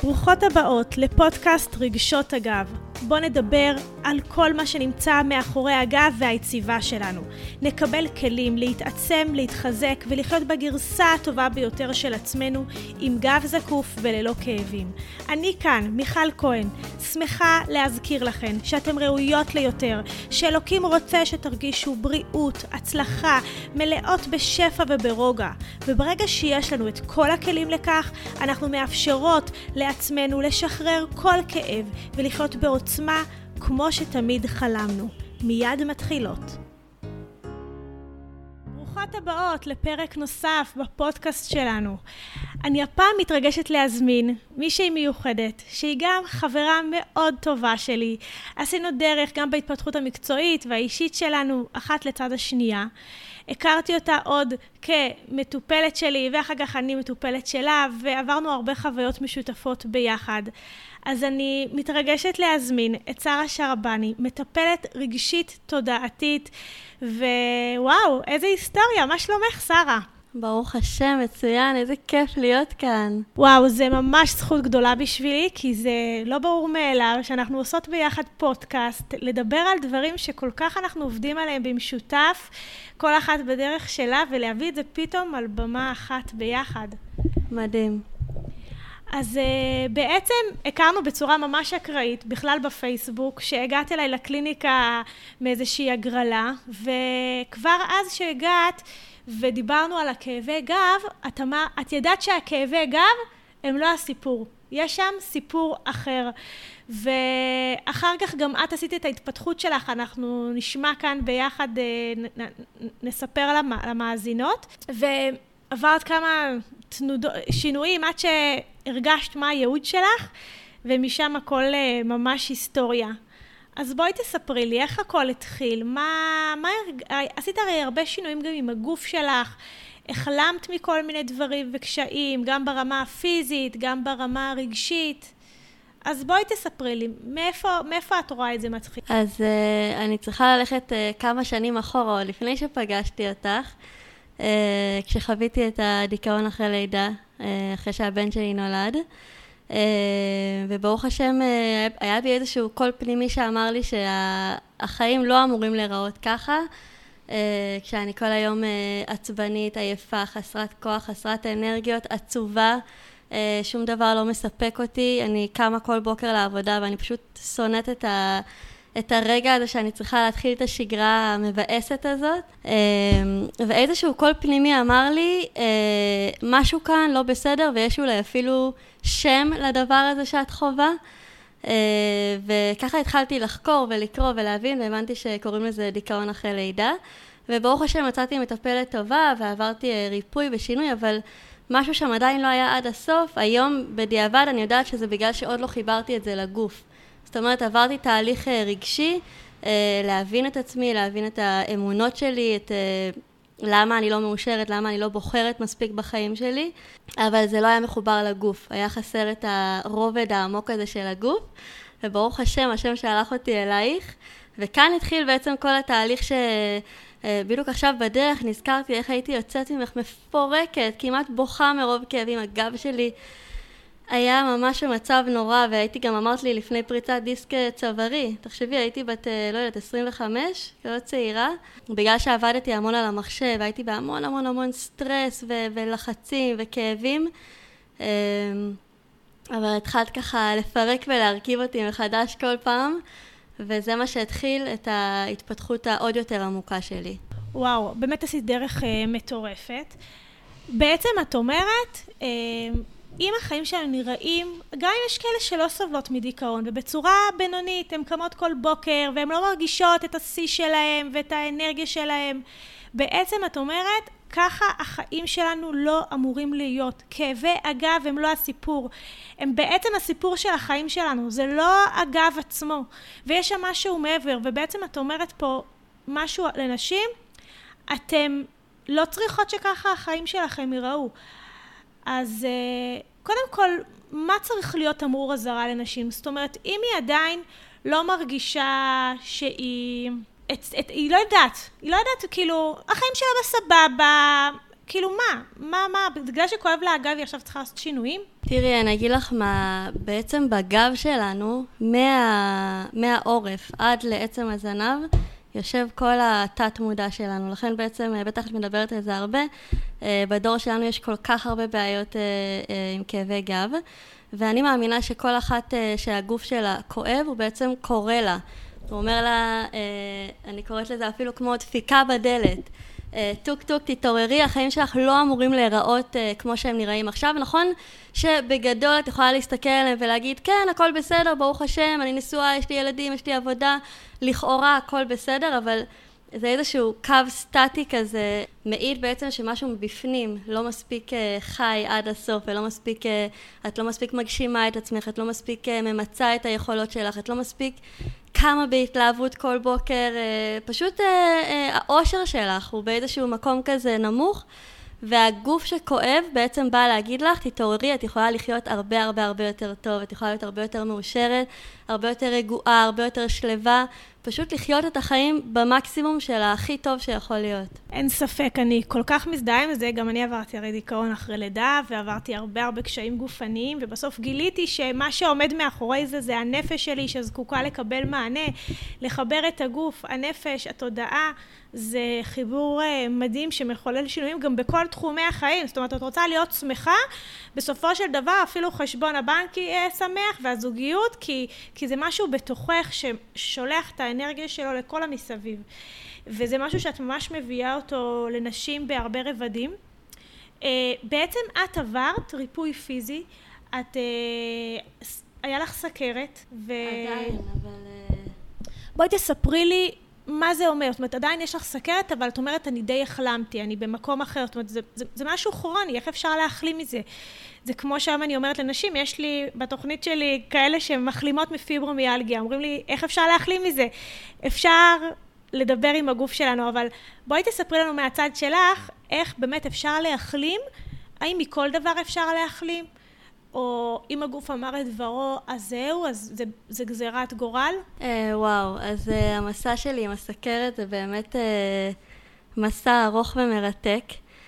ברוכות הבאות לפודקאסט רגשות הגב. בוא נדבר על כל מה שנמצא מאחורי הגב והיציבה שלנו. נקבל כלים להתעצם, להתחזק ולחיות בגרסה הטובה ביותר של עצמנו עם גב זקוף וללא כאבים. אני כאן, מיכל כהן, שמחה להזכיר לכן שאתם ראויות ליותר, שאלוקים רוצה שתרגישו בריאות, הצלחה, מלאות בשפע וברוגע. וברגע שיש לנו את כל הכלים לכך, אנחנו מאפשרות לעצמנו לשחרר כל כאב ולחיות בעוצמה כמו שתמיד חלמנו. מיד מתחילות. ברוכות הבאות לפרק נוסף בפודקאסט שלנו. אני הפעם מתרגשת להזמין מישהי מיוחדת, שהיא גם חברה מאוד טובה שלי. עשינו דרך גם בהתפתחות המקצועית והאישית שלנו אחת לצד השנייה. הכרתי אותה עוד כמטופלת שלי, ואחר כך אני מטופלת שלה, ועברנו הרבה חוויות משותפות ביחד. אז אני מתרגשת להזמין את שרה שרבני, מטפלת רגשית תודעתית, ווואו, איזה היסטוריה, מה שלומך שרה? ברוך השם, מצוין, איזה כיף להיות כאן. וואו, זה ממש זכות גדולה בשבילי, כי זה לא ברור מאליו שאנחנו עושות ביחד פודקאסט, לדבר על דברים שכל כך אנחנו עובדים עליהם במשותף, כל אחת בדרך שלה, ולהביא את זה פתאום על במה אחת ביחד. מדהים. אז בעצם הכרנו בצורה ממש אקראית, בכלל בפייסבוק, שהגעת אליי לקליניקה מאיזושהי הגרלה, וכבר אז שהגעת ודיברנו על הכאבי גב, את ידעת שהכאבי גב הם לא הסיפור. יש שם סיפור אחר. ואחר כך גם את עשית את ההתפתחות שלך, אנחנו נשמע כאן ביחד, נספר למאזינות, ועברת כמה שינויים עד שהרגשת מה הייעוד שלך, ומשם הכל ממש היסטוריה. אז בואי תספרי לי איך הכל התחיל, עשית הרי הרבה שינויים גם עם הגוף שלך, החלמת מכל מיני דברים וקשיים, גם ברמה הפיזית, גם ברמה הרגשית. אז בואי תספרי לי, מאיפה את רואה את זה מתחיל? אז אני צריכה ללכת כמה שנים אחורה, או לפני שפגשתי אותך, כשחוויתי את הדיכאון אחרי לידה, אחרי שהבן שלי נולד. וברוך השם היה בי איזשהו קול פנימי שאמר לי שהחיים לא אמורים להיראות ככה, כשאני כל היום עצבנית, עייפה, חסרת כוח, חסרת אנרגיות, עצובה, שום דבר לא מספק אותי, אני קמה כל בוקר לעבודה ואני פשוט שונאת את הרגע הזה שאני צריכה להתחיל את השגרה המבאסת הזאת, ואיזשהו קול פנימי אמר לי, משהו כאן לא בסדר, ויש אולי אפילו שם לדבר הזה שאת חובה, וככה התחלתי לחקור ולקרוא ולהבין, והבנתי שקוראים לזה דיכאון אחרי לידה, וברוך השם מצאתי מטפלת טובה, ועברתי ריפוי ושינוי, אבל משהו שם עדיין לא היה עד הסוף. היום בדיעבד אני יודעת שזה בגלל שעוד לא חיברתי את זה לגוף. זאת אומרת, עברתי תהליך רגשי, להבין את עצמי, להבין את האמונות שלי, למה אני לא מאושרת, למה אני לא בוחרת מספיק בחיים שלי, אבל זה לא היה מחובר לגוף, היה חסר את הרובד העמוק הזה של הגוף, וברוך השם, השם שהלך אותי אלייך, וכאן התחיל בעצם כל התהליך שבדיוק עכשיו בדרך נזכרתי איך הייתי יוצאת ממך מפורקת, כמעט בוכה מרוב כאבים, הגב שלי היה ממש במצב נורא, והייתי גם אמרת לי לפני פריצת דיסק צווארי, תחשבי, הייתי בת, לא יודעת, 25, כזאת צעירה, בגלל שעבדתי המון על המחשב, הייתי בהמון המון המון סטרס ולחצים וכאבים, אבל התחלת ככה לפרק ולהרכיב אותי מחדש כל פעם, וזה מה שהתחיל את ההתפתחות העוד יותר עמוקה שלי. וואו, באמת עשית דרך מטורפת. בעצם את אומרת, אם החיים שלנו נראים, גם אם יש כאלה שלא סובלות מדיכאון, ובצורה בינונית, הן קמות כל בוקר, והן לא מרגישות את השיא שלהם ואת האנרגיה שלהם, בעצם את אומרת, ככה החיים שלנו לא אמורים להיות. כאבי הגב הם לא הסיפור. הם בעצם הסיפור של החיים שלנו. זה לא הגב עצמו. ויש שם משהו מעבר. ובעצם את אומרת פה משהו לנשים, אתם לא צריכות שככה החיים שלכם ייראו. אז קודם כל, מה צריך להיות תמרור אזהרה לנשים? זאת אומרת, אם היא עדיין לא מרגישה שהיא היא לא יודעת, כאילו, החיים שלה בסבבה, כאילו מה, בגלל שכואב לה אגב, היא עכשיו צריכה לעשות שינויים? תראי, אני אגיד לך מה, בעצם בגב שלנו, מהעורף עד לעצם הזנב, יושב כל התת מודע שלנו. לכן בעצם, בטח את מדברת על זה הרבה, בדור שלנו יש כל כך הרבה בעיות עם כאבי גב, ואני מאמינה שכל אחת שהגוף שלה כואב, הוא בעצם קורא לה. הוא אומר לה, אני קוראת לזה אפילו כמו דפיקה בדלת. טוק טוק, תתעוררי, החיים שלך לא אמורים להיראות כמו שהם נראים עכשיו. נכון שבגדול את יכולה להסתכל עליהם ולהגיד, כן, הכל בסדר, ברוך השם, אני נשואה, יש לי ילדים, יש לי עבודה, לכאורה הכל בסדר, אבל זה איזשהו קו סטטי כזה, מעיד בעצם שמשהו מבפנים לא מספיק חי עד הסוף, ולא מספיק, את לא מספיק מגשימה את עצמך, את לא מספיק ממצה את היכולות שלך, את לא מספיק קמה בהתלהבות כל בוקר, פשוט האושר שלך הוא באיזשהו מקום כזה נמוך, והגוף שכואב בעצם בא להגיד לך, תתעוררי, את יכולה לחיות הרבה הרבה הרבה יותר טוב, את יכולה להיות הרבה יותר מאושרת, הרבה יותר רגועה, הרבה יותר שלווה, פשוט לחיות את החיים במקסימום של הכי טוב שיכול להיות. אין ספק, אני כל כך מזדהה עם זה, גם אני עברתי הרי דיכאון אחרי לידה, ועברתי הרבה קשיים גופניים, ובסוף גיליתי שמה שעומד מאחורי זה, זה הנפש שלי שזקוקה לקבל מענה, לחבר את הגוף, הנפש, התודעה, זה חיבור מדהים שמחולל שינויים גם בכל תחומי החיים. זאת אומרת, את רוצה להיות שמחה, בסופו של דבר אפילו חשבון הבנק יהיה שמח, והזוגיות, כי זה משהו בתוכך ששולח את האנרגיה שלו לכל המסביב. וזה משהו שאת ממש מביאה אותו לנשים בהרבה רבדים. בעצם את עברת ריפוי פיזי, היה לך סכרת. עדיין, אבל... בואי תספרי לי מה זה אומר. זאת אומרת, עדיין יש לך סכרת, אבל את אומרת, אני די החלמתי, אני במקום אחר. זאת אומרת, זה משהו כרוני, איך אפשר להחלים מזה? זה כמו שהיום אני אומרת לנשים, יש לי בתוכנית שלי כאלה שמחלימות מפיברומיאלגיה, אומרים לי, איך אפשר להחלים מזה? אפשר לדבר עם הגוף שלנו, אבל בואי תספרי לנו מהצד שלך, איך באמת אפשר להחלים, האם מכל דבר אפשר להחלים? או אם הגוף אמר את דברו, אז זהו, אז זה גזירת גורל? וואו, אז המסע שלי עם הסכרת זה באמת מסע ארוך ומרתק.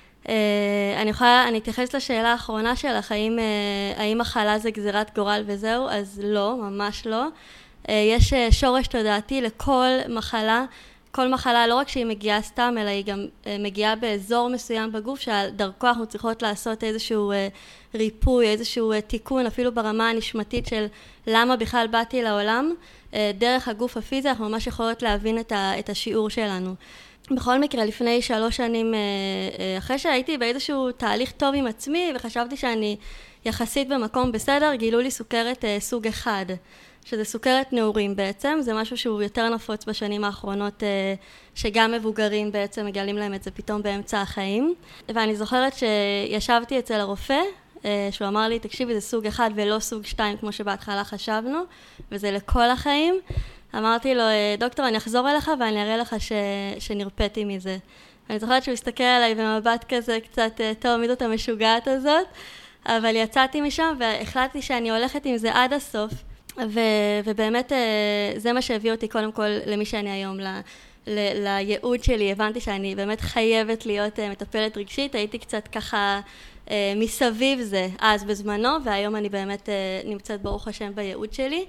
אני אתייחס לשאלה האחרונה שלך, האם מחלה זה גזירת גורל וזהו? אז לא, ממש לא. יש שורש תודעתי לכל מחלה. כל מחלה, לא רק שהיא מגיעה סתם, אלא היא גם מגיעה באזור מסוים בגוף, שדרכו אנחנו צריכות לעשות איזשהו ריפוי, איזשהו תיקון, אפילו ברמה הנשמתית של למה בכלל באתי לעולם. דרך הגוף הפיזי אנחנו ממש יכולות להבין את השיעור שלנו. בכל מקרה, לפני 3 שנים, אחרי שהייתי באיזשהו תהליך טוב עם עצמי, וחשבתי שאני יחסית במקום בסדר, גילו לי סוכרת סוג 1. שזה סוכרת נעורים בעצם, זה משהו שהוא יותר נפוץ בשנים האחרונות, שגם מבוגרים בעצם מגלים להם את זה פתאום באמצע החיים. ואני זוכרת שישבתי אצל הרופא, שהוא אמר לי, תקשיבי, זה סוג 1 ולא סוג 2 כמו שבהתחלה חשבנו, וזה לכל החיים. אמרתי לו, דוקטור, אני אחזור אליך ואני אראה לך שנרפאתי מזה. אני זוכרת שהוא הסתכל עליי במבט כזה קצת, טוב, מי זאת המשוגעת הזאת? אבל יצאתי משם והחלטתי שאני הולכת עם זה עד הסוף. ובאמת זה מה שהביא אותי קודם כל למי שאני היום, לייעוד שלי. הבנתי שאני באמת חייבת להיות מטפלת רגשית, הייתי קצת ככה מסביב זה אז בזמנו, והיום אני באמת נמצאת ברוך השם בייעוד שלי.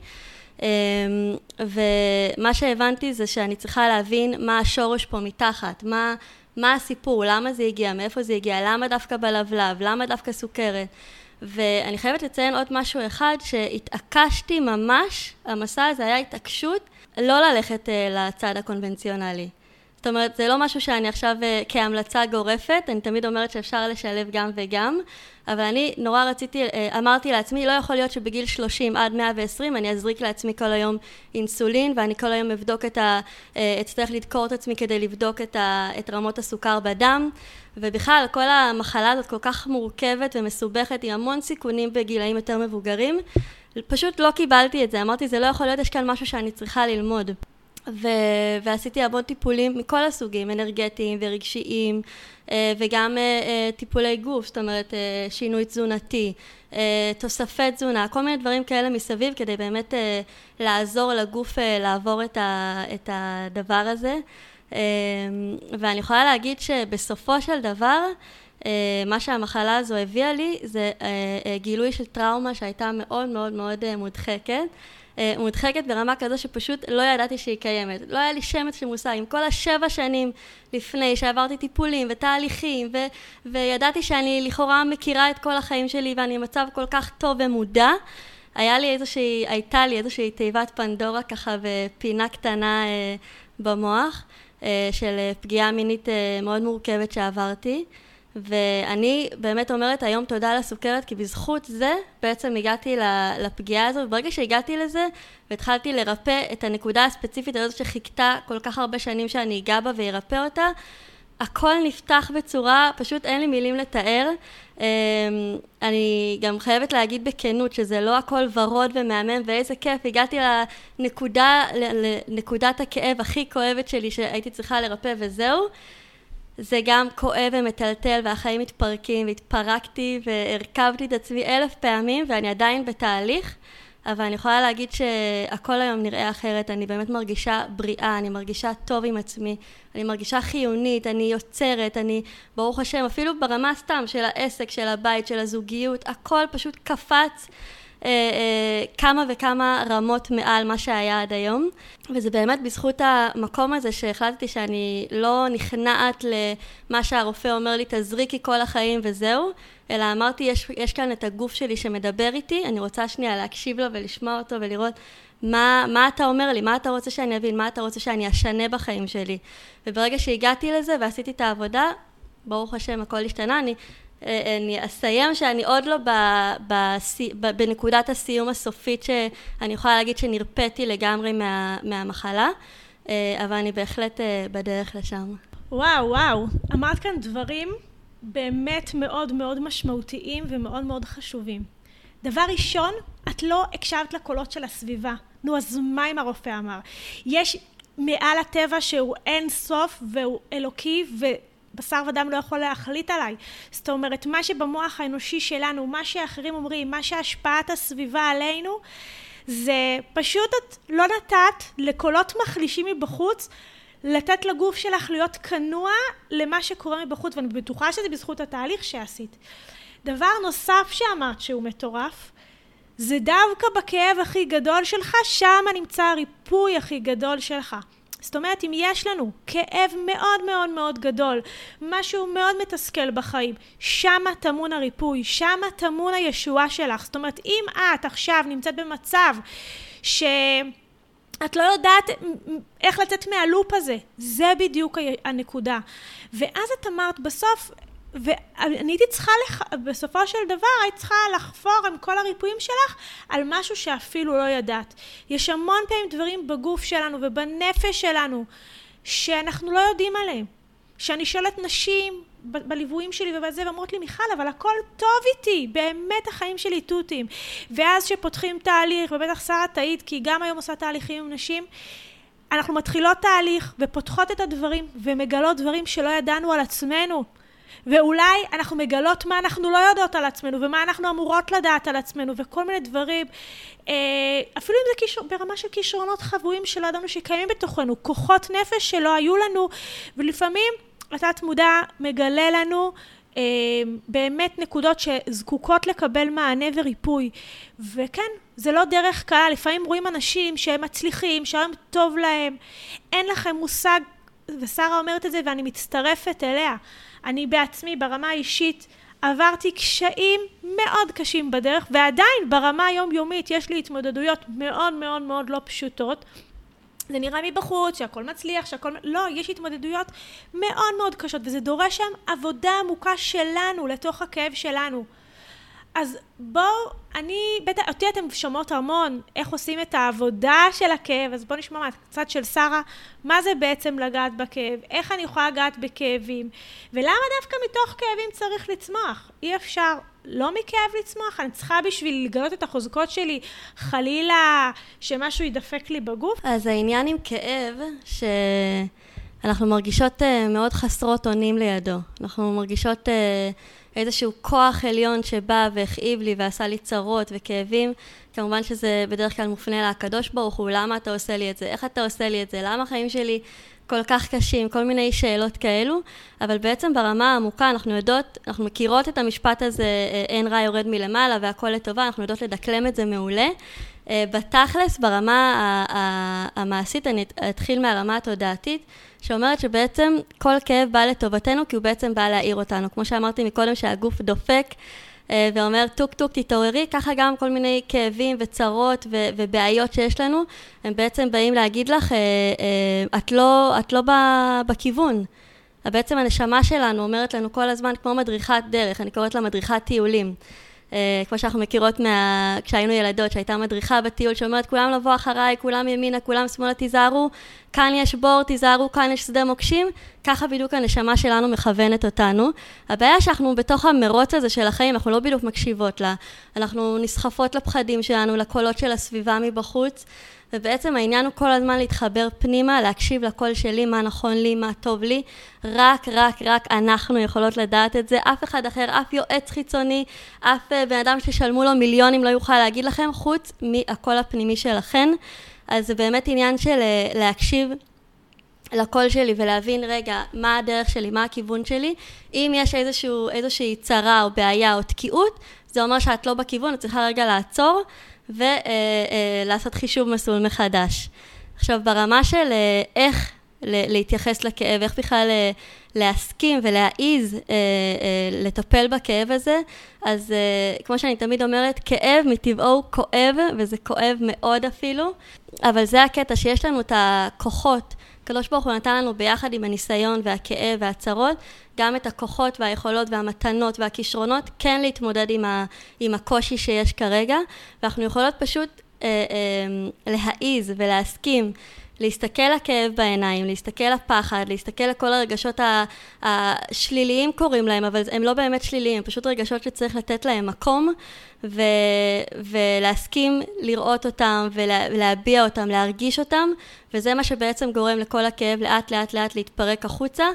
ומה שהבנתי זה שאני צריכה להבין מה השורש פה מתחת, מה הסיפור, למה זה הגיע, מאיפה זה הגיע, למה דווקא בלבלב, למה דווקא סוכרת. ואני חייבת לציין עוד משהו אחד, שהתעקשתי ממש, המסע הזה היה התעקשות, לא ללכת לצד הקונבנציונלי. זאת אומרת, זה לא משהו שאני עכשיו כהמלצה גורפת, אני תמיד אומרת שאפשר לשלב גם וגם, אבל אני נורא אמרתי לעצמי, לא יכול להיות שבגיל 30 עד 120 אני אזריק לעצמי כל היום אינסולין, ואני כל היום אצטרך לדקור את עצמי כדי לבדוק את רמות הסוכר בדם, ובכלל כל המחלה הזאת כל כך מורכבת ומסובכת, עם המון סיכונים בגילאים יותר מבוגרים, פשוט לא קיבלתי את זה, אמרתי זה לא יכול להיות, יש כאן משהו שאני צריכה ללמוד. ועשיתי המון טיפולים מכל הסוגים, אנרגטיים ורגשיים, וגם טיפולי גוף, זאת אומרת שינוי תזונתי, תוספי תזונה, כל מיני דברים כאלה מסביב, כדי באמת לעזור לגוף לעבור את הדבר הזה. ואני יכולה להגיד שבסופו של דבר, מה שהמחלה הזו הביאה לי זה גילוי של טראומה שהייתה מאוד מאוד מאוד מודחקת. מודחקת ברמה כזו שפשוט לא ידעתי שהיא קיימת. לא היה לי שמץ של מושג. עם כל 7 שנים לפני שעברתי טיפולים ותהליכים, וידעתי שאני לכאורה מכירה את כל החיים שלי ואני במצב כל כך טוב ומודע, הייתה לי איזושהי תיבת פנדורה ככה ופינה קטנה במוח של פגיעה מינית מאוד מורכבת שעברתי. ואני באמת אומרת היום תודה לסוכרת, כי בזכות זה בעצם הגעתי לפגיעה הזו, וברגע שהגעתי לזה והתחלתי לרפא את הנקודה הספציפית הזאת שחיכתה כל כך הרבה שנים שאני אגע בה וירפא אותה, הכל נפתח בצורה, פשוט אין לי מילים לתאר. אני גם חייבת להגיד בכנות שזה לא הכל ורוד ומהמם ואיזה כיף, הגעתי לנקודת הכאב הכי כואבת שלי שהייתי צריכה לרפא וזהו. זה גם כואב ומטלטל והחיים מתפרקים והתפרקתי והרכבתי את עצמי 1000 פעמים ואני עדיין בתהליך, אבל אני יכולה להגיד שהכל היום נראה אחרת, אני באמת מרגישה בריאה, אני מרגישה טוב עם עצמי, אני מרגישה חיונית, אני יוצרת, אני ברוך השם, אפילו ברמה סתם של העסק, של הבית, של הזוגיות, הכל פשוט קפץ כמה וכמה רמות מעל מה שהיה עד היום, וזה באמת בזכות המקום הזה שהחלטתי שאני לא נכנעת למה שהרופא אומר לי תזריקי כל החיים וזהו, אלא אמרתי יש כאן את הגוף שלי שמדבר איתי, אני רוצה שנייה להקשיב לו ולשמוע אותו ולראות מה אתה אומר לי, מה אתה רוצה שאני אבין, מה אתה רוצה שאני אשנה בחיים שלי. וברגע שהגעתי לזה ועשיתי את העבודה, ברוך השם הכל השתנה. אני אסיים שאני עוד לא בנקודת הסיום הסופית שאני יכולה להגיד שנרפאתי לגמרי מהמחלה, אבל אני בהחלט בדרך לשם. וואו, אמרת כאן דברים באמת מאוד מאוד משמעותיים ומאוד מאוד חשובים. דבר ראשון, את לא הקשבת לקולות של הסביבה. נו, אז מה אם הרופא אמר? יש מעל הטבע שהוא אין סוף והוא אלוקי בשר ודם לא יכול להחליט עליי. זאת אומרת, מה שבמוח האנושי שלנו, מה שאחרים אומרים, מה שהשפעת הסביבה עלינו, זה פשוט את לא נתת לקולות מחלישים מבחוץ, לתת לגוף שלך להיות כנוע למה שקורה מבחוץ, ואני בטוחה שזה בזכות התהליך שעשית. דבר נוסף שאמרת שהוא מטורף, זה דווקא בכאב הכי גדול שלך, שם נמצא הריפוי הכי גדול שלך. זאת אומרת, אם יש לנו כאב מאוד מאוד מאוד גדול, משהו מאוד מתסכל בחיים, שמה תמון הריפוי, שמה תמון הישועה שלך. זאת אומרת, אם את עכשיו נמצאת במצב שאת לא יודעת איך לצאת מהלופ הזה, זה בדיוק הנקודה. ואז את אמרת בסוף, ואני הייתי צריכה, בסופו של דבר, הייתי צריכה לחפור עם כל הריפויים שלך על משהו שאפילו לא ידעת. יש המון פעמים דברים בגוף שלנו ובנפש שלנו שאנחנו לא יודעים עליהם. שאני שואלת נשים בליוויים שלי ובזה, ואומרות לי, מיכל, אבל הכל טוב איתי, באמת החיים שלי טוטים. ואז שפותחים תהליך, ובטח שרה תעיד, כי גם היום עושה תהליכים עם נשים, אנחנו מתחילות תהליך ופותחות את הדברים ומגלות דברים שלא ידענו על עצמנו. ואולי אנחנו מגלות מה אנחנו לא יודעות על עצמנו, ומה אנחנו אמורות לדעת על עצמנו, וכל מיני דברים, אפילו אם זה ברמה של כישרונות חבויים שלא ידענו שקיימים בתוכנו, כוחות נפש שלא היו לנו, ולפעמים התת מודע מגלה לנו באמת נקודות שזקוקות לקבל מענה וריפוי. וכן, זה לא דרך קלה, לפעמים רואים אנשים שהם מצליחים, שהיום טוב להם, אין לכם מושג, ושרה אומרת את זה ואני מצטרפת אליה. אני בעצמי ברמה האישית עברתי קשיים מאוד קשים בדרך, ועדיין ברמה היומיומית יש לי התמודדויות מאוד מאוד מאוד לא פשוטות. זה נראה מבחוץ שהכל מצליח, לא, יש התמודדויות מאוד מאוד קשות, וזה דורש שם עבודה עמוקה שלנו, לתוך הכאב שלנו. אז בואו, אותי אתם שומעות המון איך עושים את העבודה של הכאב, אז בואו נשמע מהצד של שרה, מה זה בעצם לגעת בכאב, איך אני יכולה לגעת בכאבים, ולמה דווקא מתוך כאבים צריך לצמוח? אי אפשר לא מכאב לצמוח, אני צריכה בשביל לגלות את החוזקות שלי, חלילה שמשהו ידפק לי בגוף. אז העניין עם כאב, שאנחנו מרגישות מאוד חסרות אונים לידו, אנחנו מרגישות איזשהו כוח עליון שבא והכאיב לי ועשה לי צרות וכאבים, כמובן שזה בדרך כלל מופנה לקדוש ברוך הוא, למה אתה עושה לי את זה, איך אתה עושה לי את זה, למה החיים שלי כל כך קשים, כל מיני שאלות כאלו, אבל בעצם ברמה העמוקה אנחנו מכירות את המשפט הזה, אין רע יורד מלמעלה והכל לטובה, אנחנו יודעות לדקלם את זה מעולה. בתכלס, ברמה המעשית, אני אתחיל מהרמה התודעתית, שאומרת שבעצם כל כאב בא לטובתנו, כי הוא בעצם בא להעיר אותנו. כמו שאמרתי מקודם שהגוף דופק, ואומר טוק טוק תתעוררי, ככה גם כל מיני כאבים וצרות ובעיות שיש לנו, הם בעצם באים להגיד לך, את לא בכיוון. בעצם הנשמה שלנו אומרת לנו כל הזמן כמו מדריכת דרך, אני קוראת לה מדריכת טיולים. כמו שאנחנו מכירות כשהיינו ילדות, שהייתה מדריכה בטיול שאומרת כולם לבוא אחריי, כולם ימינה, כולם שמאלה, תיזהרו, כאן יש בור, תיזהרו, כאן יש שדה מוקשים, ככה בדיוק הנשמה שלנו מכוונת אותנו. הבעיה שאנחנו בתוך המרוץ הזה של החיים, אנחנו לא בדיוק מקשיבות לה, אנחנו נסחפות לפחדים שלנו, לקולות של הסביבה מבחוץ, ובעצם העניין הוא כל הזמן להתחבר פנימה, להקשיב לקול שלי, מה נכון לי, מה טוב לי, רק אנחנו יכולות לדעת את זה, אף אחד אחר, אף יועץ חיצוני, אף בן אדם ששלמו לו מיליונים לא יוכל להגיד לכם, חוץ מהקול הפנימי שלכן. אז זה באמת עניין של להקשיב לקול שלי ולהבין רגע מה הדרך שלי, מה הכיוון שלי. אם יש איזושהי צרה או בעיה או תקיעות, זה אומר שאת לא בכיוון, את צריכה רגע לעצור ולעשות חישוב מסלול מחדש. עכשיו ברמה של איך להתייחס לכאב, איך בכלל להסכים ולהעיז לטפל בכאב הזה, אז כמו שאני תמיד אומרת, כאב מטבעו הוא כואב, וזה כואב מאוד אפילו, אבל זה הקטע שיש לנו את הכוחות, הקדוש ברוך הוא נתן לנו ביחד עם הניסיון והכאב והצרות, גם את הכוחות והיכולות והמתנות והכישרונות, כן להתמודד עם הקושי שיש כרגע, ואנחנו יכולות פשוט להעיז ולהסכים, להסתכל לכאב בעיניים, להסתכל לפחד, להסתכל לכל הרגשות השליליים קוראים להם, אבל הם לא באמת שליליים, הם פשוט רגשות שצריך לתת להם מקום, ולהסכים לראות אותם ולהביע אותם, להרגיש אותם, וזה מה שבעצם גורם לכל הכאב לאט להתפרק החוצה.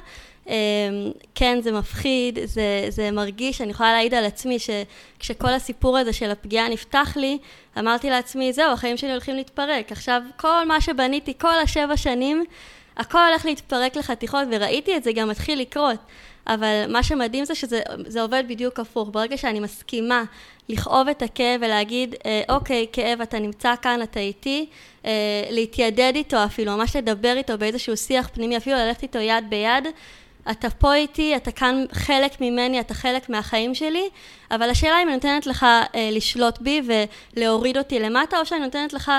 כן, זה מפחיד, זה מרגיש, אני יכולה להעיד על עצמי שכשכל הסיפור הזה של הפגיעה נפתח לי, אמרתי לעצמי, זהו, החיים שלי הולכים להתפרק. עכשיו, כל מה שבניתי, כל 7 שנים, הכל הולך להתפרק לחתיכות, וראיתי את זה גם מתחיל לקרות. אבל מה שמדהים זה שזה עובד בדיוק הפוך. ברגע שאני מסכימה לכאוב את הכאב ולהגיד, אוקיי, כאב, אתה נמצא כאן, אתה איתי, להתיידד איתו אפילו, ממש לדבר איתו באיזשהו שיח פנימי, אפילו ללכת איתו יד ביד, אתה פה איתי, אתה כאן חלק ממני, אתה חלק מהחיים שלי, אבל השאלה אם אני נותנת לך לשלוט בי ולהוריד אותי למטה, או שאני נותנת לך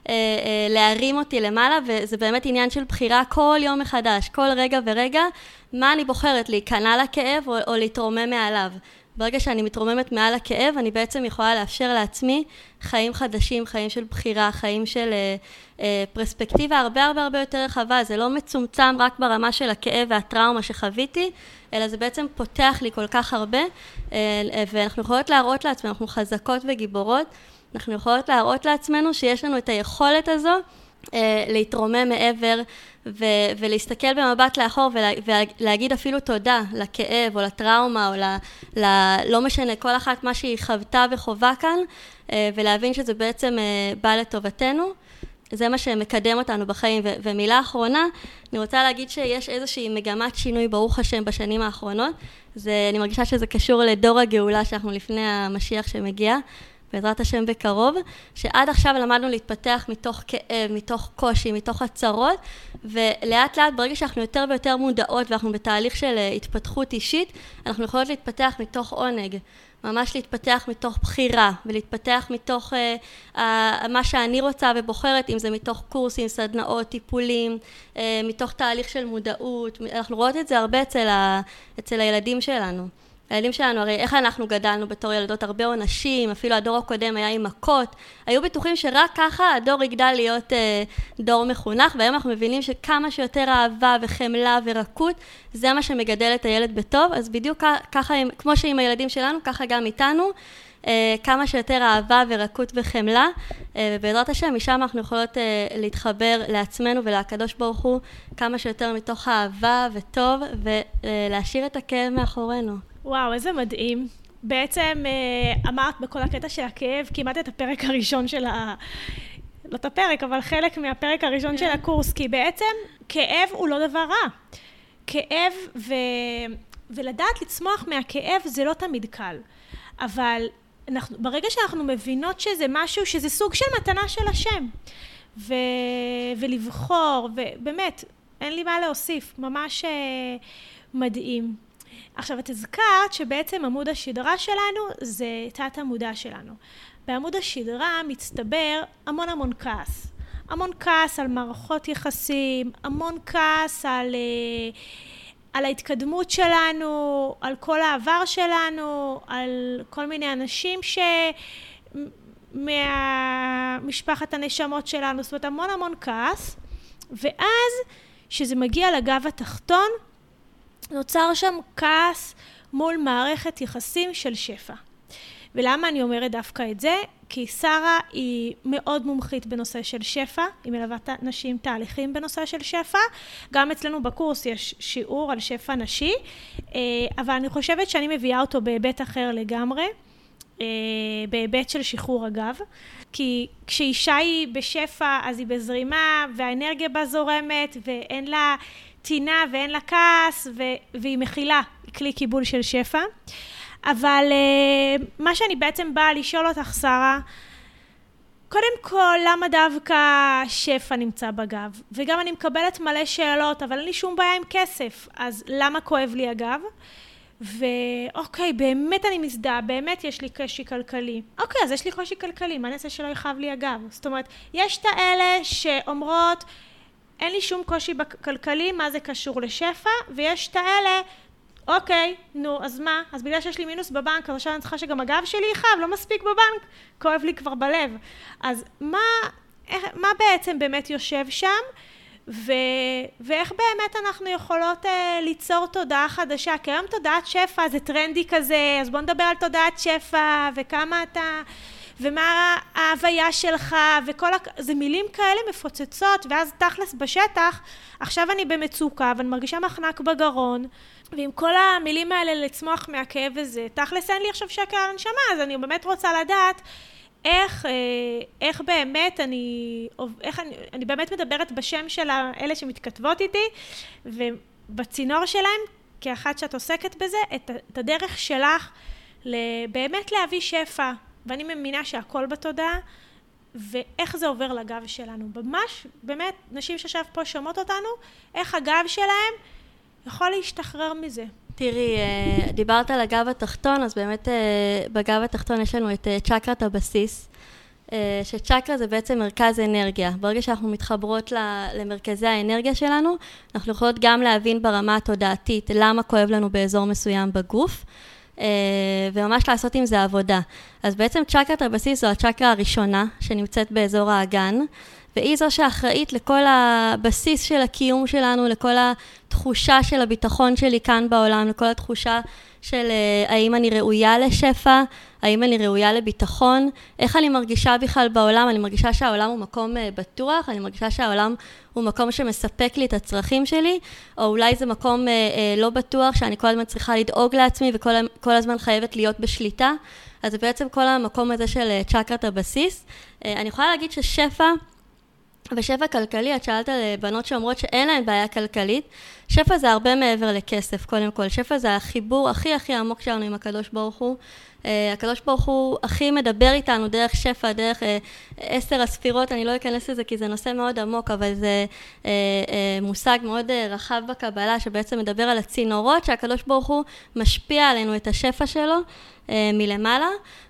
להרים אותי למעלה, וזה באמת עניין של בחירה כל יום מחדש, כל רגע ורגע, מה אני בוחרת, להיכנע לכאב או להתרומם מעליו. ברגע שאני מתרוממת מעל הכאב, אני בעצם יכולה לאפשר לעצמי חיים חדשים, חיים של בחירה, חיים של פרספקטיבה הרבה יותר רחבה. זה לא מצומצם רק ברמה של הכאב והטראומה שחוויתי, אלא זה בעצם פותח לי כל כך הרבה, ואנחנו יכולות להראות לעצמנו, אנחנו חזקות וגיבורות, אנחנו יכולות להראות לעצמנו שיש לנו את היכולת הזו, להתרומם מעבר ולהסתכל במבט לאחור ולהגיד אפילו תודה לכאב או לטראומה או לא משנה כל אחת מה שהיא חוותה וחובה כאן, ולהבין שזה בעצם בא לטובתנו. זה מה שמקדם אותנו בחיים. ומילה אחרונה, אני רוצה להגיד שיש איזושהי מגמת שינוי ברוך השם בשנים האחרונות. אני מרגישה שזה קשור לדור הגאולה שאנחנו לפני המשיח שמגיע, בעזרת השם בקרוב, שעד עכשיו למדנו להתפתח מתוך כאב, מתוך קושי, מתוך הצרות, ולאט לאט ברגע שאנחנו יותר ויותר מודעות ואנחנו בתהליך של התפתחות אישית, אנחנו יכולות להתפתח מתוך עונג, ממש להתפתח מתוך בחירה, ולהתפתח מתוך מה שאני רוצה ובוחרת, אם זה מתוך קורסים, סדנאות, טיפולים, מתוך תהליך של מודעות. אנחנו רואות את זה הרבה אצל הילדים שלנו. הילדים שלנו, הרי איך אנחנו גדלנו בתור ילדות, הרבה עונשים, אפילו הדור הקודם היה עם מכות, היו בטוחים שרק ככה הדור יגדל להיות דור מחונך, והיום אנחנו מבינים שכמה שיותר אהבה וחמלה ורקות, זה מה שמגדל את הילד בטוב, אז בדיוק ככה, כמו שעם הילדים שלנו, ככה גם איתנו, כמה שיותר אהבה ורקות וחמלה, ובעזרת השם, משם אנחנו יכולות להתחבר לעצמנו ולקדוש ברוך הוא, כמה שיותר מתוך אהבה וטוב, ולהשאיר את הכאב מאחורינו. וואו, איזה מדהים. בעצם אמרת בכל הקטע של הכאב, כמעט את הפרק הראשון לא את הפרק, אבל חלק מהפרק הראשון של הקורס, כי בעצם כאב הוא לא דבר רע. כאב ולדעת לצמוח מהכאב זה לא תמיד קל. אבל ברגע שאנחנו מבינות שזה משהו, שזה סוג של מתנה של השם, ולבחור, ובאמת, אין לי מה להוסיף, ממש מדהים. עכשיו, את הזכרת שבעצם עמוד השדרה שלנו זה תת המודע שלנו. בעמוד השדרה מצטבר המון כעס. המון כעס על מערכות יחסים, המון כעס על ההתקדמות שלנו, על כל העבר שלנו, על כל מיני אנשים מהמשפחת הנשמות שלנו, זאת אומרת המון כעס, ואז שזה מגיע לגב התחתון, נוצר שם כעס מול מערכת יחסים של שפע. ולמה אני אומרת דווקא את זה? כי שרה היא מאוד מומחית בנושא של שפע, היא מלווה נשים תהליכים בנושא של שפע, גם אצלנו בקורס יש שיעור על שפע נשי, אבל אני חושבת שאני מביאה אותו בהיבט אחר לגמרי, בהיבט של שחרור הגב, כי כשאישה היא בשפע אז היא בזרימה והאנרגיה בה זורמת ואין לה טינה ואין לה כעס והיא מכילה כלי קיבול של שפע. אבל מה שאני בעצם באה לשאול אותך, שרה, קודם כל, למה דווקא שפע נמצא בגב? וגם אני מקבלת מלא שאלות, אבל אין לי שום בעיה עם כסף, אז למה כואב לי הגב? ואוקיי, באמת אני מזדהה, באמת יש לי קושי כלכלי. אוקיי, אז יש לי קושי כלכלי, מה נעשה שלא יכאב לי הגב? זאת אומרת, יש את האלה שאומרות, אין לי שום קושי כלכלי, מה זה קשור לשפע? ויש את האלה, אוקיי, נו, אז מה? אז בגלל שיש לי מינוס בבנק, אז עכשיו אני צריכה שגם הגב שלי יכאב, לא מספיק בבנק, כואב לי כבר בלב. אז מה בעצם באמת יושב שם? ואיך באמת אנחנו יכולות ליצור תודעה חדשה? כי היום תודעת שפע זה טרנדי כזה, אז בוא נדבר על תודעת שפע, וכמה אתה, ומה ההוויה שלך, זה מילים כאלה מפוצצות, ואז תכלס בשטח, עכשיו אני במצוקה, ואני מרגישה מחנק בגרון, ועם כל המילים האלה לצמוח מהכאב הזה, תכלס אין לי עכשיו שקר על הנשמה, אז אני באמת רוצה לדעת איך באמת אני באמת מדברת בשם של אלה שמתכתבות איתי, ובצינור שלהם, כאחת שאת עוסקת בזה, את הדרך שלך באמת להביא שפע, ואני מאמינה שהכל בתודעה, ואיך זה עובר לגב שלנו. ממש, באמת, נשים ששב פה שומעות אותנו, איך הגב שלהם יכול להשתחרר מזה. תראי, דיברת על הגב התחתון, אז באמת בגב התחתון יש לנו את צ'קרת הבסיס, שצ'קרה זה בעצם מרכז אנרגיה. ברגע שאנחנו מתחברות למרכזי האנרגיה שלנו, אנחנו יכולות גם להבין ברמה התודעתית למה כואב לנו באזור מסוים בגוף, וממש לעשות עם זה עבודה. אז בעצם צ'קרת הבסיס זו הצ'קרה הראשונה שנמצאת באזור האגן, והיא זו שאחראית לכל הבסיס של הקיום שלנו, לכל התחושה של הביטחון שלי כאן בעולם, לכל התחושה של האם אני ראויה לשפע, האם אני ראויה לביטחון, איך אני מרגישה בכלל בעולם, אני מרגישה שהעולם הוא מקום בטוח, אני מרגישה שהעולם הוא מקום שמספק לי את הצרכים שלי, או אולי זה מקום לא בטוח, שאני כל הזמן צריכה לדאוג לעצמי, וכל הזמן חייבת להיות בשליטה, אז זה בעצם כל המקום הזה של צ'קרת הבסיס. אני יכולה להגיד ששפע, ושפע כלכלי, את שאלת על בנות שאומרות שאין להן בעיה כלכלית, שפע זה הרבה מעבר לכסף, קודם כל. שפע זה החיבור הכי עמוק שלנו עם הקדוש ברוך הוא. הקדוש ברוך הוא הכי מדבר איתנו דרך שפע, דרך 10 הספירות, אני לא אכנס לזה כי זה נושא מאוד עמוק, אבל זה מושג מאוד רחב בקבלה, שבעצם מדבר על הצינורות, שהקדוש ברוך הוא משפיע עלינו את השפע שלו מלמעלה,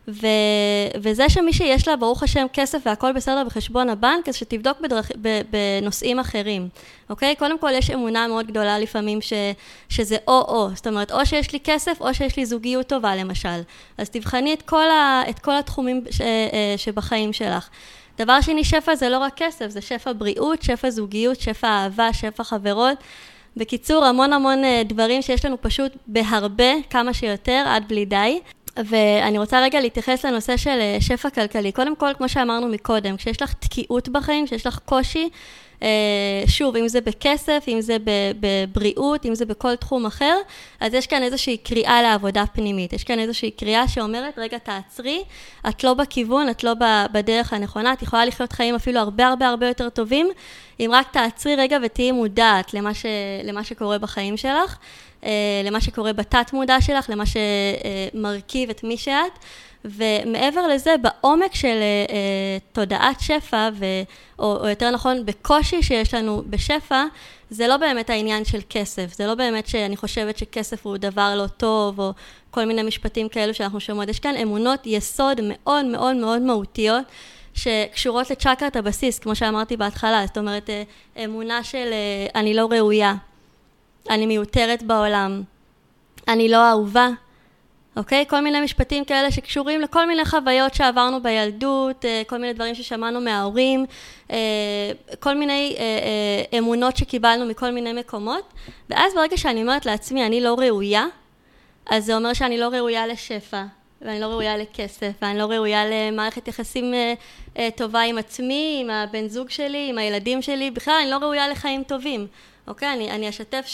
וזה שמי שיש לה ברוך השם כסף והכל בסדר בחשבון הבנק, אז שתבדוק בנושאים אחרים, אוקיי? קודם כל יש אמונה מאוד גדולה לפעמים שזה או, זאת אומרת, או שיש לי כסף או שיש לי זוגיות טובה למשל, אז תבחני את כל התחומים שבחיים שלך. דבר שני, שפע זה לא רק כסף, זה שפע בריאות, שפע זוגיות, שפע אהבה, שפע חברות, בקיצור המון דברים שיש לנו פשוט בהרבה, כמה שיותר, עד בלי די. ואני רוצה רגע להתייחס לנושא של שפע כלכלי. קודם כל, כמו שאמרנו מקודם, כשיש לך תקיעות בחיים, כשיש לך קושי, שוב, אם זה בכסף, אם זה בבריאות, אם זה בכל תחום אחר, אז יש כאן איזושהי קריאה לעבודה פנימית. יש כאן איזושהי קריאה שאומרת, רגע, תעצרי, את לא בכיוון, את לא בדרך הנכונה, את יכולה לחיות חיים אפילו הרבה הרבה הרבה יותר טובים, אם רק תעצרי רגע ותהיי מודעת למה שקורה בחיים שלך, למה שקורה בתת מודע שלך, למה שמרכיב את מי שאת, ומעבר לזה, בעומק של תודעת שפע, או יותר נכון, בקושי שיש לנו בשפע, זה לא באמת העניין של כסף, זה לא באמת שאני חושבת שכסף הוא דבר לא טוב, או כל מיני משפטים כאלו שאנחנו שומעות. יש כאן אמונות יסוד מאוד מאוד מאוד מהותיות, שקשורות לצ'קרת הבסיס, כמו שאמרתי בהתחלה, זאת אומרת, אמונה של אני לא ראויה, אני מיותרת בעולם, אני לא אהובה, אוקיי? כל מיני משפטים כאלה שקשורים לכל מיני חוויות שעברנו בילדות, כל מיני דברים ששמענו מההורים, כל מיני אמונות שקיבלנו מכל מיני מקומות, ואז ברגע שאני אומרת לעצמי, אני לא ראויה, אז זה אומר שאני לא ראויה לשפע, ואני לא ראויה לכסף, ואני לא ראויה למערכת יחסים טובה עם עצמי, עם הבן זוג שלי, עם הילדים שלי, בכלל אני לא ראויה לחיים טובים. אוקיי, אני אשתף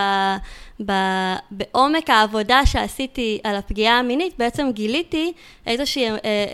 שבעומק העבודה שעשיתי על הפגיעה המינית, בעצם גיליתי איזושהי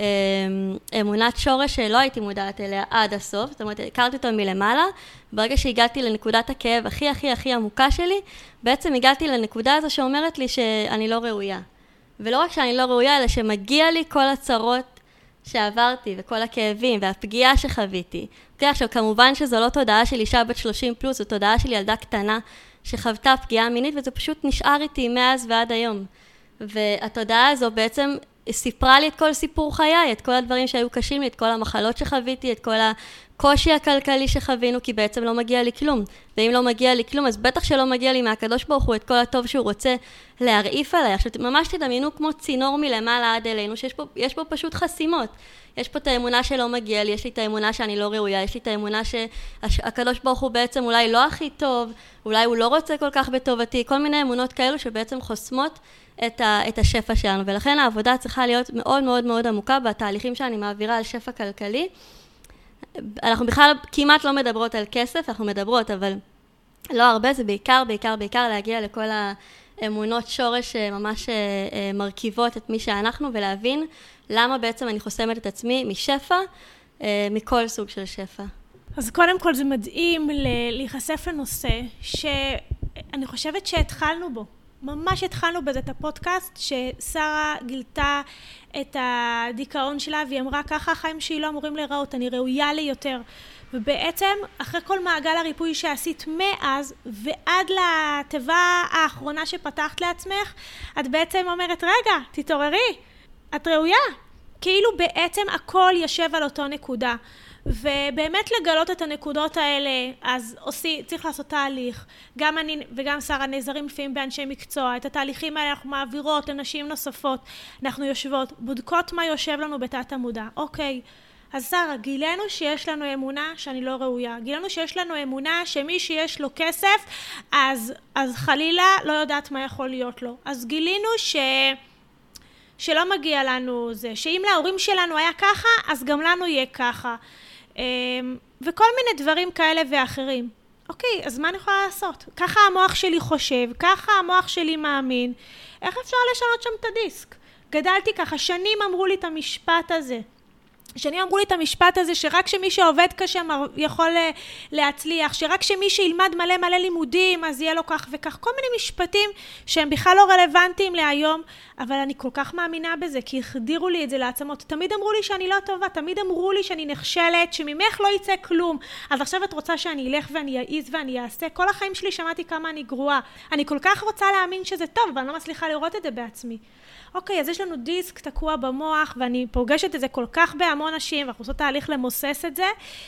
אמונת שורש שלא הייתי מודעת אליה עד הסוף, זאת אומרת, הכרתי אותה מלמעלה, ברגע שהגעתי לנקודת הכאב הכי הכי הכי עמוקה שלי, בעצם הגעתי לנקודה הזו שאומרת לי שאני לא ראויה. ולא רק שאני לא ראויה, אלא שמגיע לי כל הצרות שעברתי, וכל הכאבים, והפגיעה שחוויתי. עכשיו, כמובן שזו לא תודעה של אישה בת 30 פלוס, זו תודעה של ילדה קטנה שחוותה פגיעה מינית, וזה פשוט נשאר איתי מאז ועד היום. והתודעה הזו בעצם סיפרה לי את כל סיפור חיי, את כל הדברים שהיו קשים לי, את כל המחלות שחוויתי, את כל הקושי הכלכלי שחווינו, כי בעצם לא מגיע לי כלום. ואם לא מגיע לי כלום, אז בטח שלא מגיע לי מהקדוש ברוך הוא את כל הטוב שהוא רוצה להרעיף עליי. עכשיו, ממש תדמיינו כמו צינור מלמעלה עד אלינו, שיש פה פשוט חסימות. יש פה את האמונה שלא מגיע לי, יש לי את האמונה שאני לא ראויה, יש לי את האמונה שהקדוש ברוך הוא בעצם אולי לא הכי טוב, אולי הוא לא רוצה כל כך בטובתי, כל מיני אמונות כאלו שבעצם חוסמות את השפע שלנו, ולכן העבודה צריכה להיות מאוד מאוד מאוד עמוקה בתהליכים שאני מעבירה על שפע כלכלי. אנחנו בכלל כמעט לא מדברות על כסף, אנחנו מדברות, אבל לא הרבה, זה בעיקר להגיע לכל האמונות שורש ממש מרכיבות את מי שאנחנו, ולהבין למה בעצם אני חוסמת את עצמי משפע, מכל סוג של שפע. אז קודם כל זה מדהים להיחשף לנושא שאני חושבת שהתחלנו בו. ממש התחלנו בזה את הפודקאסט, ששרה גילתה את הדיכאון שלה, והיא אמרה ככה החיים שלי לא אמורים להיראות, אני ראויה לי יותר. ובעצם אחרי כל מעגל הריפוי שעשית מאז ועד לתיבה האחרונה שפתחת לעצמך, את בעצם אומרת רגע, תתעוררי, את ראויה. כאילו בעצם הכל יושב על אותו נקודה. ובאמת לגלות את הנקודות האלה, אז צריך לעשות תהליך. גם אני וגם שרה נעזרים לפעמים באנשי מקצוע. את התהליכים האלה אנחנו מעבירות לנשים נוספות. אנחנו יושבות, בודקות מה יושב לנו בתת המודע. אוקיי, אז שרה, גילינו שיש לנו אמונה שאני לא ראויה. גילינו שיש לנו אמונה שמי שיש לו כסף, אז חלילה לא יודעת מה יכול להיות לו. אז גילינו שלא מגיע לנו זה, שאם להורים שלנו היה ככה, אז גם לנו יהיה ככה. וכל מיני דברים כאלה ואחרים. אוקיי, אז מה אני יכולה לעשות? ככה המוח שלי חושב, ככה המוח שלי מאמין. איך אפשר לשנות שם את הדיסק? גדלתי ככה, שנים אמרו לי את המשפט הזה. שרק שמי שעובד קשה יכול להצליח, שרק שמי שילמד מלא לימודים, אז יהיה לו כך וכך. כל מיני משפטים שהם בכלל לא רלוונטיים להיום, אבל אני כל כך מאמינה בזה, כי החדירו לי את זה לעצמות. תמיד אמרו לי שאני לא טובה, תמיד אמרו לי שאני נכשלת, שממך לא יצא כלום. אז עכשיו את רוצה שאני אלך ואני אעיז ואני אעשה. כל החיים שלי שמעתי כמה אני גרועה. אני כל כך רוצה להאמין שזה טוב, אבל אני לא מצליחה לראות את זה בעצמי. אוקיי, אז יש לנו דיסק תקוע במוח, ואני פוגשת את זה כל כך בהמון נשים, ואנחנו עושות תהליך למוסס את זה,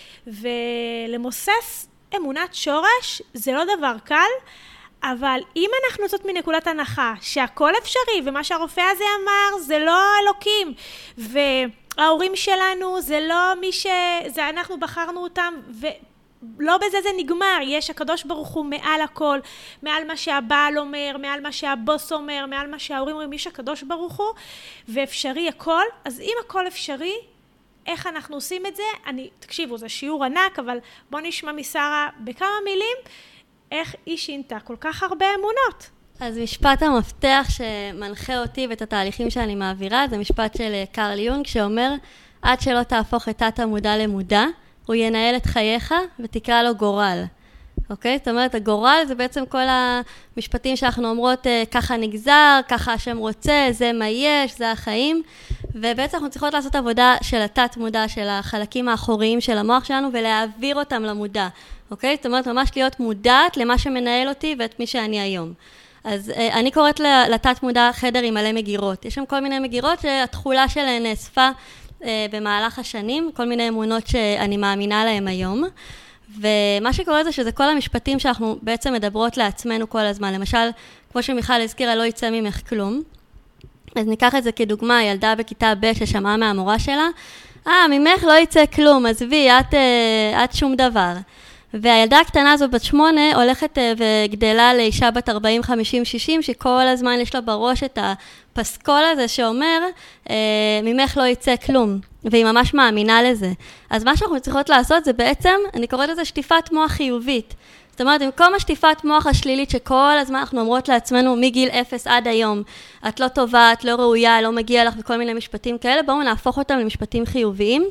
ולמוסס אמונת שורש זה לא דבר קל, אבל אם אנחנו יוצאות מנקודת הנחה שהכל אפשרי, ומה שהרופא הזה אמר זה לא אלוקים, וההורים שלנו זה לא זה אנחנו בחרנו אותם, לא בזה זה נגמר, יש הקדוש ברוך הוא מעל הכל, מעל מה שהבעל אומר, מעל מה שהבוס אומר, מעל מה שההורים אומרים, יש הקדוש ברוך הוא, ואפשרי הכל. אז אם הכל אפשרי, איך אנחנו עושים את זה. תקשיבו, זה שיעור ענק, אבל בוא נשמע משרה בכמה מילים, איך היא שינתה כל כך הרבה אמונות. אז משפט המפתח שמנחה אותי ואת התהליכים שאני מעבירה, זה משפט של קרל יונג, שאומר, עד שלא תהפוך את תת המודע למודע, הוא ינהל את חייך ותקרא לו גורל. אוקיי? זאת אומרת, הגורל זה בעצם כל המשפטים שאנחנו אומרות, ככה נגזר, ככה השם רוצה, זה מה יש, זה החיים. ובעצם אנחנו צריכות לעשות עבודה של התת מודע, של החלקים האחוריים של המוח שלנו, ולהעביר אותם למודע. אוקיי? זאת אומרת, ממש להיות מודעת למה שמנהל אותי ואת מי שאני היום. אז אני קוראת לתת מודע חדר עם מלא מגירות. יש שם כל מיני מגירות שהתחולה שלהן נאספה במהלך השנים, כל מיני אמונות שאני מאמינה להן היום. ומה שקורה זה שזה כל המשפטים שאנחנו בעצם מדברות לעצמנו כל הזמן. למשל, כמו שמיכל הזכירה, לא יצא ממך כלום. אז ניקח את זה כדוגמה, ילדה בכיתה ב' ששמעה מהמורה שלה, ממך לא יצא כלום, עזבי, את שום דבר. והילדה הקטנה הזו בת 8 הולכת וגדלה לאישה בת 40, 50, 60, שכל הזמן יש לה בראש את הפסקול הזה שאומר, ממך לא יצא כלום, והיא ממש מאמינה לזה. אז מה שאנחנו צריכות לעשות זה בעצם, אני קוראת לזה שטיפת מוח חיובית. זאת אומרת, במקום השטיפת מוח השלילית שכל הזמן אנחנו אומרות לעצמנו מגיל 0 עד היום, את לא טובה, את לא ראויה, לא מגיע לך וכל מיני משפטים כאלה, בואו נהפוך אותם למשפטים חיוביים.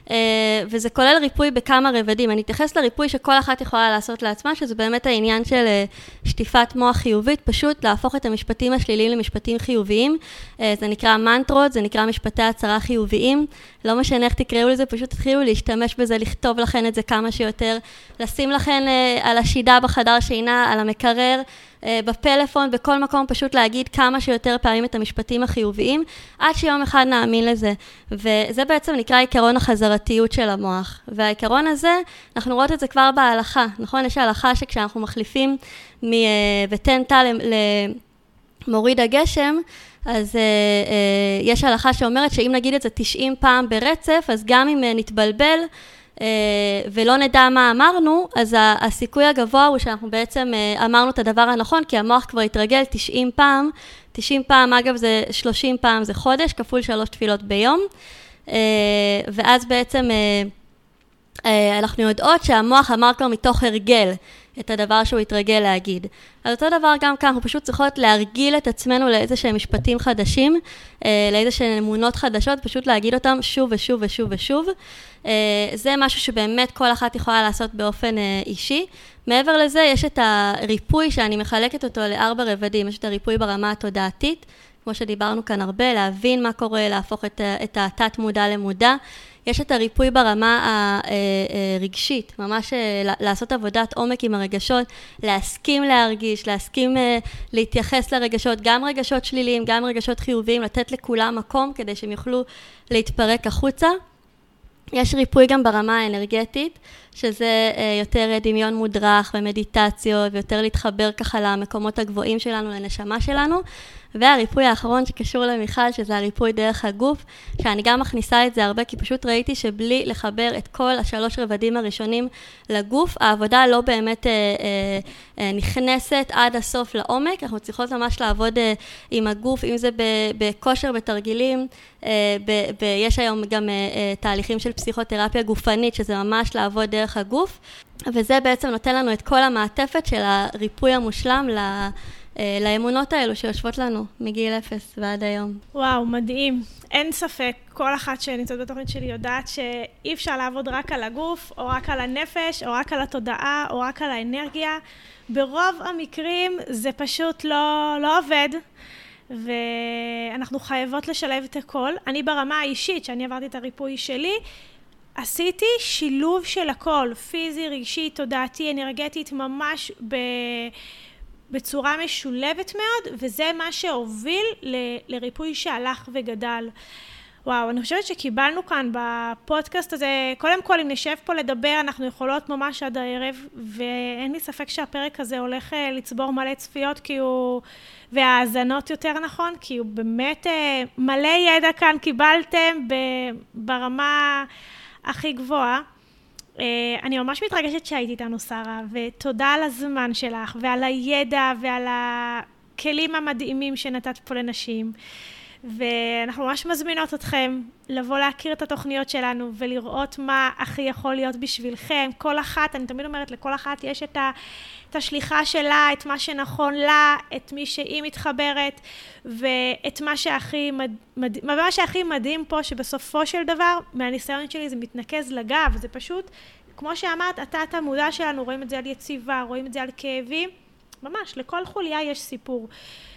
וזה כולל ריפוי בכמה רבדים. אני אתייחס לריפוי שכל אחת יכולה לעשות לעצמה, שזה באמת העניין של שטיפת מוח חיובית, פשוט להפוך את המשפטים השליליים למשפטים חיוביים. זה נקרא מנטרות, זה נקרא משפטי הצהרה חיוביים. לא משנה איך תקראו לזה, פשוט תתחילו להשתמש בזה, לכתוב לכן את זה כמה שיותר, לשים לכן על השידה בחדר שינה, על המקרר, בפלאפון, בכל מקום, פשוט להגיד כמה שיותר פעמים את המשפטים החיוביים, עד שיום אחד נאמין לזה. וזה בעצם נקרא עיקרון החזרתיות של המוח. והעיקרון הזה, אנחנו רואות את זה כבר בהלכה, נכון? יש ההלכה שכשאנחנו מחליפים ותן תא למוריד הגשם, אז יש הלכה שאומרת שאם נגיד את זה 90 פעם ברצף, אז גם אם נתבלבל, ולא נדע מה אמרנו, אז הסיכוי הגבוה הוא שאנחנו בעצם אמרנו את הדבר הנכון, כי המוח כבר התרגל 90 פעם, 90 פעם, אגב זה 30 פעם, זה חודש, כפול 3 תפילות ביום, ואז בעצם אנחנו יודעות שהמוח אמר כבר מתוך הרגל את הדבר שהוא התרגל להגיד. אז אותו דבר גם כאן, אנחנו פשוט צריכות להרגיל את עצמנו לאיזה שהם משפטים חדשים, לאיזה שהם אמונות חדשות, פשוט להגיד אותם שוב ושוב ושוב ושוב. זה משהו שבאמת כל אחת יכולה לעשות באופן אישי. מעבר לזה, יש את הריפוי שאני מחלקת אותו ל4 רבדים. יש את הריפוי ברמה התודעתית, כמו שדיברנו כאן הרבה, להבין מה קורה, להפוך את התת מודע למודע. יש את הריפוי ברמה הרגשית, ממש לעשות עבודת עומק עם הרגשות, להסכים להרגיש, להסכים להתייחס לרגשות, גם רגשות שליליים, גם רגשות חיוביים, לתת לכולם מקום כדי שהם יוכלו להתפרק החוצה. יש ריפוי גם ברמה האנרגטית, שזה יותר דמיון מודרך ומדיטציות, ויותר להתחבר ככה למקומות הגבוהים שלנו, לנשמה שלנו. והריפוי האחרון שקשור למיכל, שזה הריפוי דרך הגוף, שאני גם מכניסה את זה הרבה, כי פשוט ראיתי שבלי לחבר את כל 3 רבדים הראשונים לגוף, העבודה לא באמת נכנסת עד הסוף לעומק. אנחנו צריכות ממש לעבוד עם הגוף, אם זה בכושר, בתרגילים, יש היום גם תהליכים של פסיכותרפיה גופנית, שזה ממש לעבוד דרך הגוף, וזה בעצם נותן לנו את כל המעטפת של הריפוי המושלם לאמונות האלו שיושבות לנו מגיל 0 ועד היום. וואו, מדהים. אין ספק, כל אחת שנמצאת בתוכנית שלי יודעת שאי אפשר לעבוד רק על הגוף, או רק על הנפש, או רק על התודעה, או רק על האנרגיה. ברוב המקרים זה פשוט לא עובד, ואנחנו חייבות לשלב את הכל. אני ברמה האישית, שאני עברתי את הריפוי שלי, עשיתי שילוב של הכל, פיזי, רגשי, תודעתי, אנרגטית, ממש בצורה משולבת מאוד, וזה מה שהוביל לריפוי שהלך וגדל. וואו, אני חושבת שקיבלנו כאן בפודקאסט הזה, קודם כל אם נשב פה לדבר, אנחנו יכולות ממש עד הערב, ואין לי ספק שהפרק הזה הולך לצבור מלא צפיות, והאזנות יותר נכון, כי הוא באמת מלא ידע כאן קיבלתם ברמה הכי גבוהה. אני ממש מתרגשת שהייתי איתנו, שרה, ותודה על הזמן שלך, ועל הידע, ועל הכלים המדהימים שנתת פה לנשים. ואנחנו ממש מזמינות אתכם לבוא להכיר את התוכניות שלנו ולראות מה הכי יכול להיות בשבילכם. כל אחת, אני תמיד אומרת, לכל אחת יש את השליחה שלה, את מה שנכון לה, את מי שהיא מתחברת, ואת מה שהכי מדהים פה, שבסופו של דבר, מהניסיון שלי זה מתנקז לגב, זה פשוט, כמו שאמרת, התת המודע שלנו, רואים את זה על יציבה, רואים את זה על כאבים, ממש, לכל חוליה יש סיפור.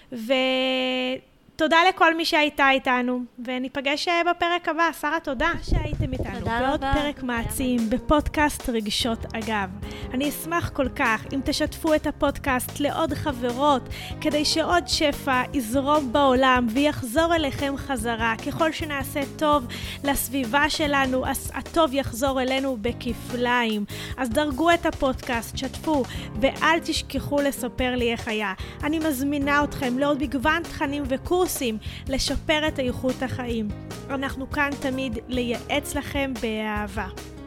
תודה לכל מי שהייתה איתנו, וניפגש בפרק הבא. שרה, תודה שהייתם איתנו בעוד פרק מעצים בפודקאסט רגשות אגב. אני אשמח כל כך אם תשתפו את הפודקאסט לעוד חברות, כדי שעוד שפע יזרום בעולם ויחזור אליכם חזרה. ככל שנעשה טוב לסביבה שלנו, הטוב יחזור אלינו בכפליים. אז דרגו את הפודקאסט, שתפו, ואל תשכחו לספר לי איך היה. אני מזמינה אתכם לעוד מגוון תכנים וקורסים לשפר את איכות החיים. אנחנו כאן תמיד לייעץ לכם באהבה.